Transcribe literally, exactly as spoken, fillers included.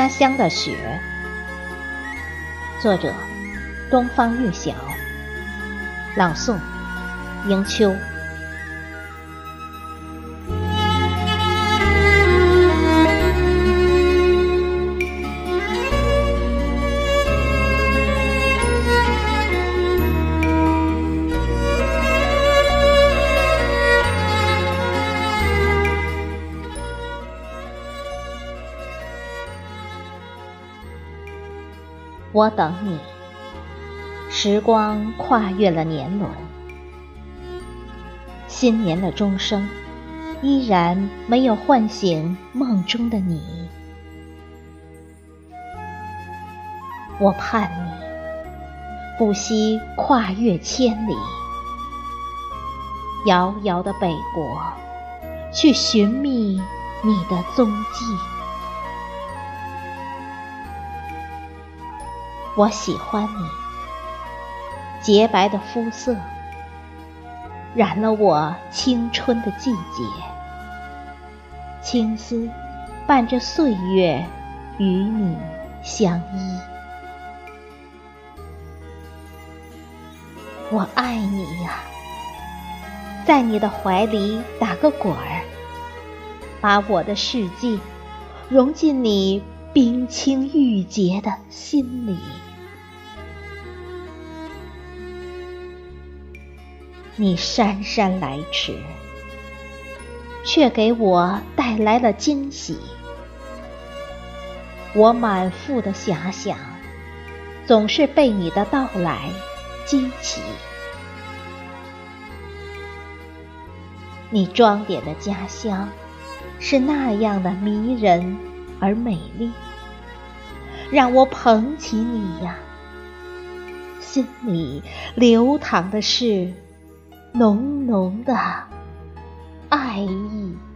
家乡的雪，作者东方月晓，朗诵迎秋。我等你，时光跨越了年轮，新年的钟声依然没有唤醒梦中的你。我盼你不惜跨越千里，遥遥的北国，去寻觅你的踪迹。我喜欢你洁白的肤色，染了我青春的季节，青丝伴着岁月与你相依。我爱你呀，在你的怀里打个滚儿，把我的世界融进你冰清玉洁的心里。你姗姗来迟，却给我带来了惊喜。我满腹的遐想，总是被你的到来激起。你装点的家乡是那样的迷人而美丽，让我捧起你呀，心里流淌的是浓浓的爱意。